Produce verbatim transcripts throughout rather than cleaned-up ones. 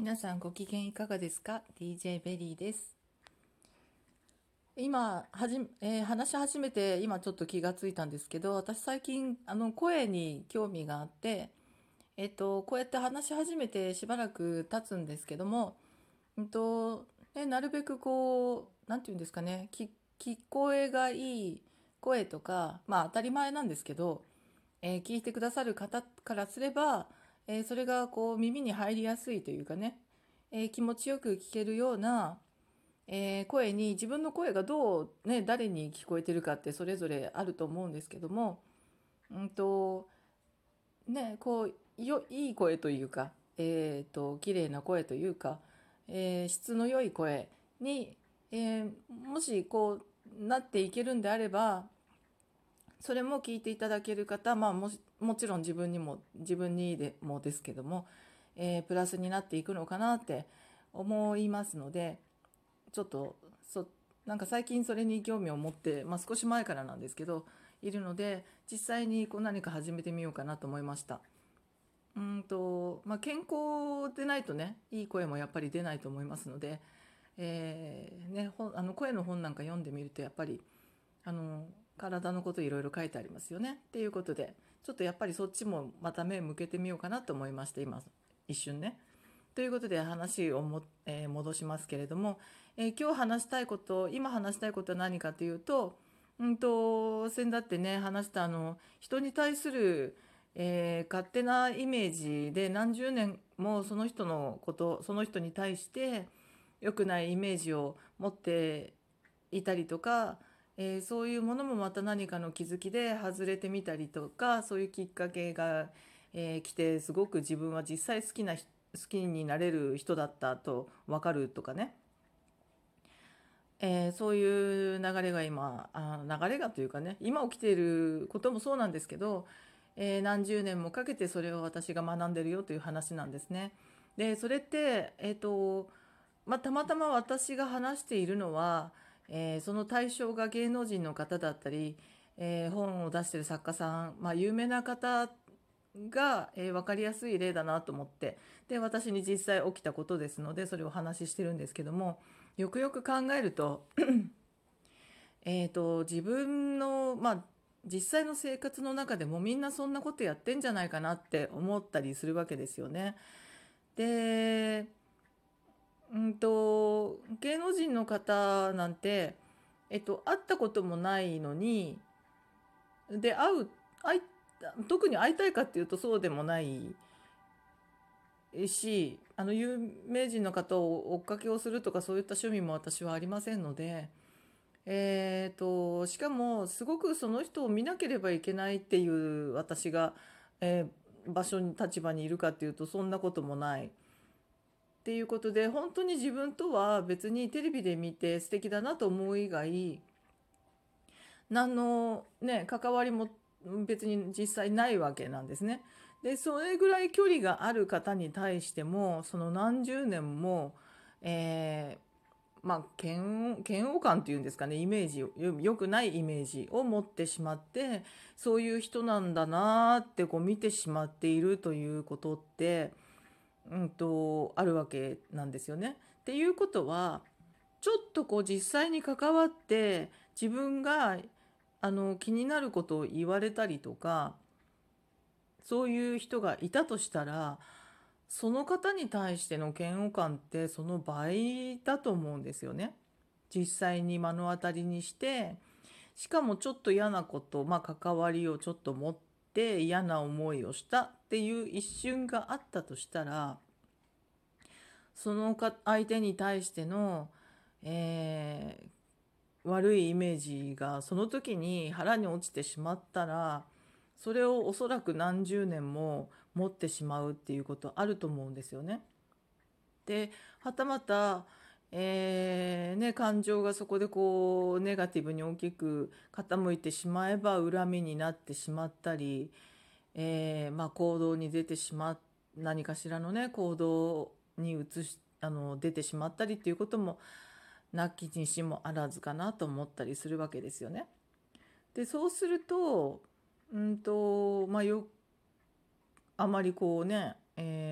皆さんご機嫌いかがですか？ ディージェー ベリーです。今はじ、えー話し始めて今ちょっと気がついたんですけど、私最近あの声に興味があって、えっと、こうやって話し始めてしばらく経つんですけども、うんとね、なるべくこうなんていうんですかね、聞、聞こえがいい声とか、まあ当たり前なんですけど、えー聞いてくださる方からすれば、えーそれがこう耳に入りやすいというかね、えー気持ちよく聞けるような、えー声に、自分の声がどう、ね、誰に聞こえてるかってそれぞれあると思うんですけども、うんとね、こうよいい声というか、えーと綺麗な声というか、えー質の良い声に、えーもしこうなっていけるんであれば、それも聞いていただける方、まあ、もしもちろん自分にも自分にでもですけども、えープラスになっていくのかなって思いますので、ちょっとそなんか最近それに興味を持って、まあ、少し前からなんですけどいるので、実際にこう何か始めてみようかなと思いました。うんと、まあ、健康でないとね、いい声もやっぱり出ないと思いますので、えーね、本あの声の本なんか読んでみるとやっぱりあの体のこといろいろ書いてありますよねっていうことで、ちょっとやっぱりそっちもまた目向けてみようかなと思いまして、今一瞬ね。ということで話をも、えー戻しますけれども、えー今日話したいこと今話したいことは何かというと、うんと先だってね話したあの人に対する、えー勝手なイメージで何十年もその人のことその人に対して良くないイメージを持っていたりとか、えーそういうものもまた何かの気づきで外れてみたりとか、そういうきっかけが、えー来て、すごく自分は実際好きな好きになれる人だったと分かるとかね、えーそういう流れが今あ流れがというかね、今起きていることもそうなんですけど、えー何十年もかけてそれを私が学んでるよという話なんですね。でそれって、えーとまあ、たまたま私が話しているのは、えーその対象が芸能人の方だったり、えー本を出している作家さん、まあ、有名な方が、えー分かりやすい例だなと思って、で私に実際起きたことですのでそれをお話ししてるんですけども、よくよく考えると、えーと自分の、まあ、実際の生活の中でもみんなそんなことやってんじゃないかなって思ったりするわけですよね。でうんと芸能人の方なんて、えっと、会ったこともないのに、で会う会い特に会いたいかっていうとそうでもないし、あの有名人の方を追っかけをするとかそういった趣味も私はありませんので、えーと、しかもすごくその人を見なければいけないっていう私が、えー場所に立場にいるかっていうとそんなこともないっていうことで、本当に自分とは別にテレビで見て素敵だなと思う以外、何のね、関わりも別に実際ないわけなんですね。で、それぐらい距離がある方に対しても、その何十年も、えーまあ、嫌悪、嫌悪感っていうんですかね、イメージよ、よくないイメージを持ってしまって、そういう人なんだなーってこう見てしまっているということって、うんと、あるわけなんですよね。っていうことは、ちょっとこう実際に関わって自分があの気になることを言われたりとか、そういう人がいたとしたら、その方に対しての嫌悪感ってその倍だと思うんですよね。実際に目の当たりにして、しかもちょっと嫌なこと、まあ関わりをちょっと持って嫌な思いをしたっていう一瞬があったとしたら、そのか相手に対しての、えー悪いイメージがその時に腹に落ちてしまったら、それをおそらく何十年も持ってしまうっていうことあると思うんですよね。ではたまた、えーね、感情がそこでこうネガティブに大きく傾いてしまえば恨みになってしまったり、えーまあ、行動に出てしまっ何かしらのね行動に移しあの出てしまったりっていうこともなきにしもあらずかなと思ったりするわけですよね。でそうすると、うんとまあ、よあまりこうね、えー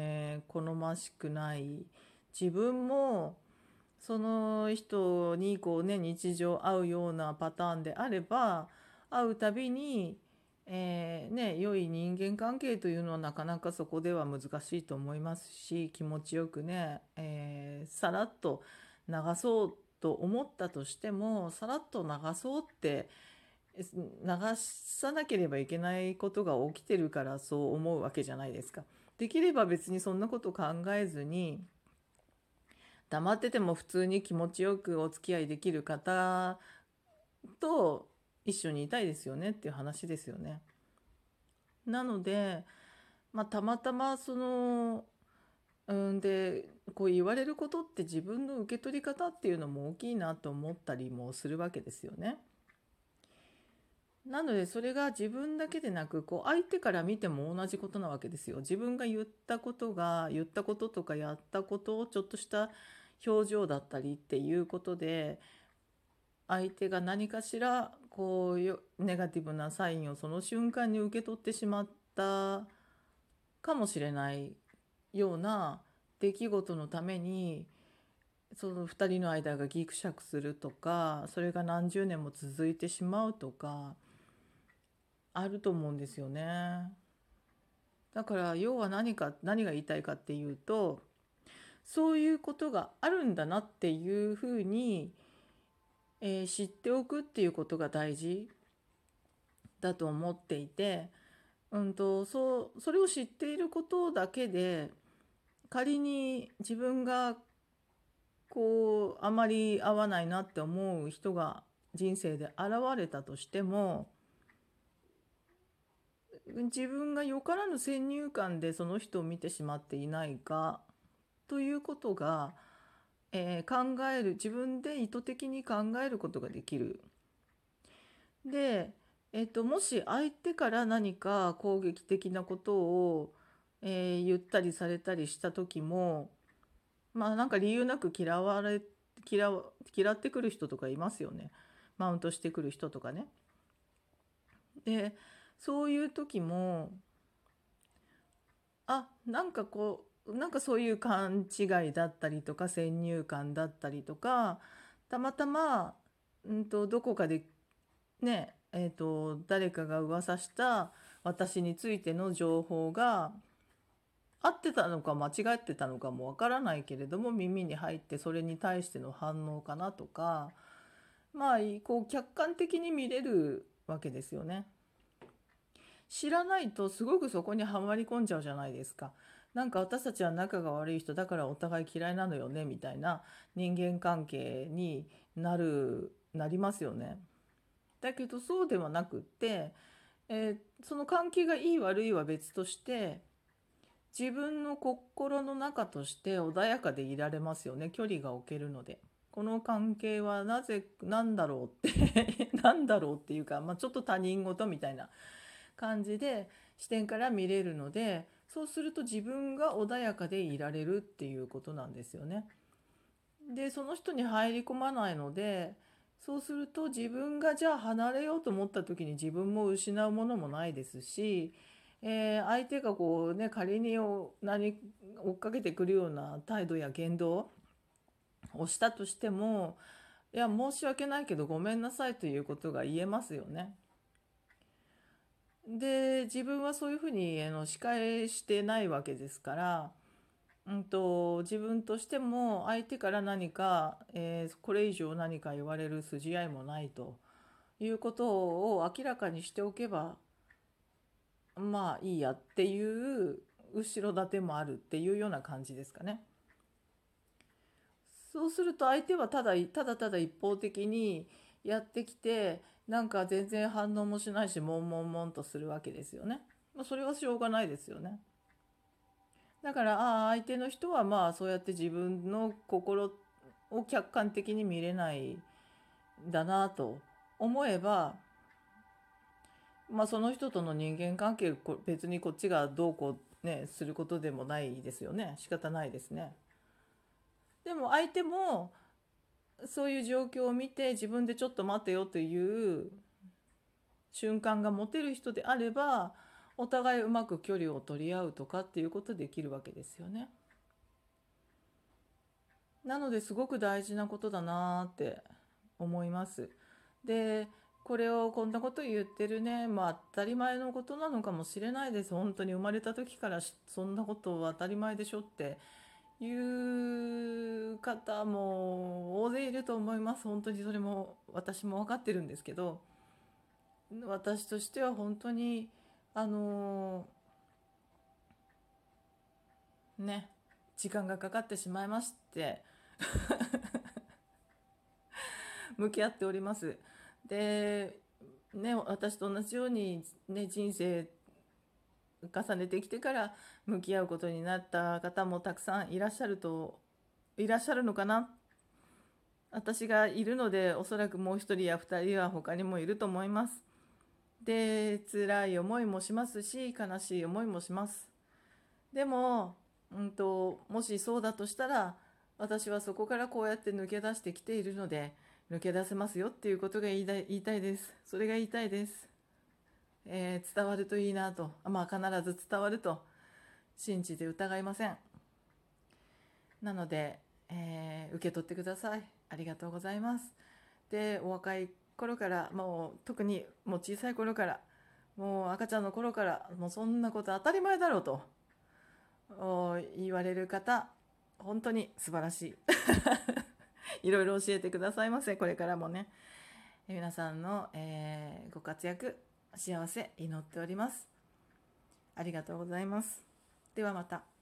好ましくない。自分もその人にこうね、日常会うようなパターンであれば、会うたびに、えーね、良い人間関係というのはなかなかそこでは難しいと思いますし、気持ちよくね、えーさらっと流そうと思ったとしても、さらっと流そうってえ流さなければいけないことが起きてるからそう思うわけじゃないですか。できれば別にそんなこと考えずに、黙ってても普通に気持ちよくお付き合いできる方と一緒にいたいですよねっていう話ですよね。なので、まあ、たまたまその、うんで、こう言われることって自分の受け取り方っていうのも大きいなと思ったりもするわけですよね。なのでそれが自分だけでなく、こう相手から見ても同じことなわけですよ。自分が言ったことが、言ったこととかやったことをちょっとした表情だったりっていうことで、相手が何かしらこうよネガティブなサインをその瞬間に受け取ってしまったかもしれないような出来事のために、そのふたりの間がギクシャクするとか、それが何十年も続いてしまうとかあると思うんですよね。だから要は何か何が言いたいかっていうと、そういうことがあるんだなっていうふうに、えー知っておくっていうことが大事だと思っていて、うんと、そう、それを知っていることだけで、仮に自分がこう、あまり合わないなって思う人が人生で現れたとしても、自分がよからぬ先入観でその人を見てしまっていないかということが、えー考える、自分で意図的に考えることができる。で、えっと、もし相手から何か攻撃的なことを、えー言ったりされたりした時も、まあなんか理由なく嫌われ、嫌わ、嫌ってくる人とかいますよね。マウントしてくる人とかね。で、そういう時も、あ、なんかこう、なんかそういう勘違いだったりとか、先入観だったりとか、たまたま、うんと、どこかでね、えっと、誰かが噂した私についての情報が合ってたのか間違ってたのかもわからないけれども、耳に入ってそれに対しての反応かなとか、まあ、こう客観的に見れるわけですよね。知らないとすごくそこにはまり込んじゃうじゃないですか。なんか私たちは仲が悪い人だからお互い嫌いなのよねみたいな人間関係になる、なりますよね。だけどそうではなくって、えーその関係がいい悪いは別として、自分の心の中として穏やかでいられますよね。距離が置けるので。この関係はなぜ、なんだろうってなんだろうっていうか、まあ、ちょっと他人事みたいな感じで視点から見れるので、そうすると自分が穏やかでいられるっていうことなんですよね。で、その人に入り込まないので、そうすると自分がじゃあ離れようと思った時に自分も失うものもないですし、えー相手がこうね、仮にお何追っかけてくるような態度や言動をしたとしても、いや、申し訳ないけどごめんなさいということが言えますよね。で、自分はそういうふうにあの仕返してないわけですから、うんと、自分としても相手から何か、えーこれ以上何か言われる筋合いもないということを明らかにしておけば、まあいいやっていう後ろ盾もあるっていうような感じですかね。そうすると相手はただ、ただただ一方的にやってきて、なんか全然反応もしないし、悶々々とするわけですよね。まあ、それはしょうがないですよね。だから、ああ、相手の人はまあそうやって自分の心を客観的に見れないんだなと思えば、まあその人との人間関係、こ別にこっちがどうこうね、することでもないですよね。仕方ないですね。でも相手もそういう状況を見て自分でちょっと待てよという瞬間が持てる人であれば、 お互いうまく距離を取り合うとかっていうことできるわけですよね。なのですごく大事なことだなって思います。で、これをこんなこと言ってるね、まあ当たり前のことなのかもしれないです。本当に生まれた時からそんなことは当たり前でしょっていう方も大勢いると思います。本当にそれも私も分かってるんですけど、私としては本当にあのね、時間がかかってしまいまして向き合っております。で、ね、私と同じように、ね、人生重ねてきてから向き合うことになった方もたくさんいらっしゃるといらっしゃるのかな。私がいるので、おそらくもう一人や二人は他にもいると思います。で、辛い思いもしますし、悲しい思いもします。でも、うんと、もしそうだとしたら、私はそこからこうやって抜け出してきているので、抜け出せますよっていうことが言いたい、言いたいです。それが言いたいです。えー伝わるといいなと。まあ必ず伝わると信じて疑いません。なので、えー受け取ってください。ありがとうございます。で、お若い頃から、もう特にもう小さい頃から、もう赤ちゃんの頃から、もうそんなこと当たり前だろうと言われる方、本当に素晴らしい。いろいろ教えてくださいませ。これからもね。皆さんの、えーご活躍、幸せ祈っております。ありがとうございます。ではまた。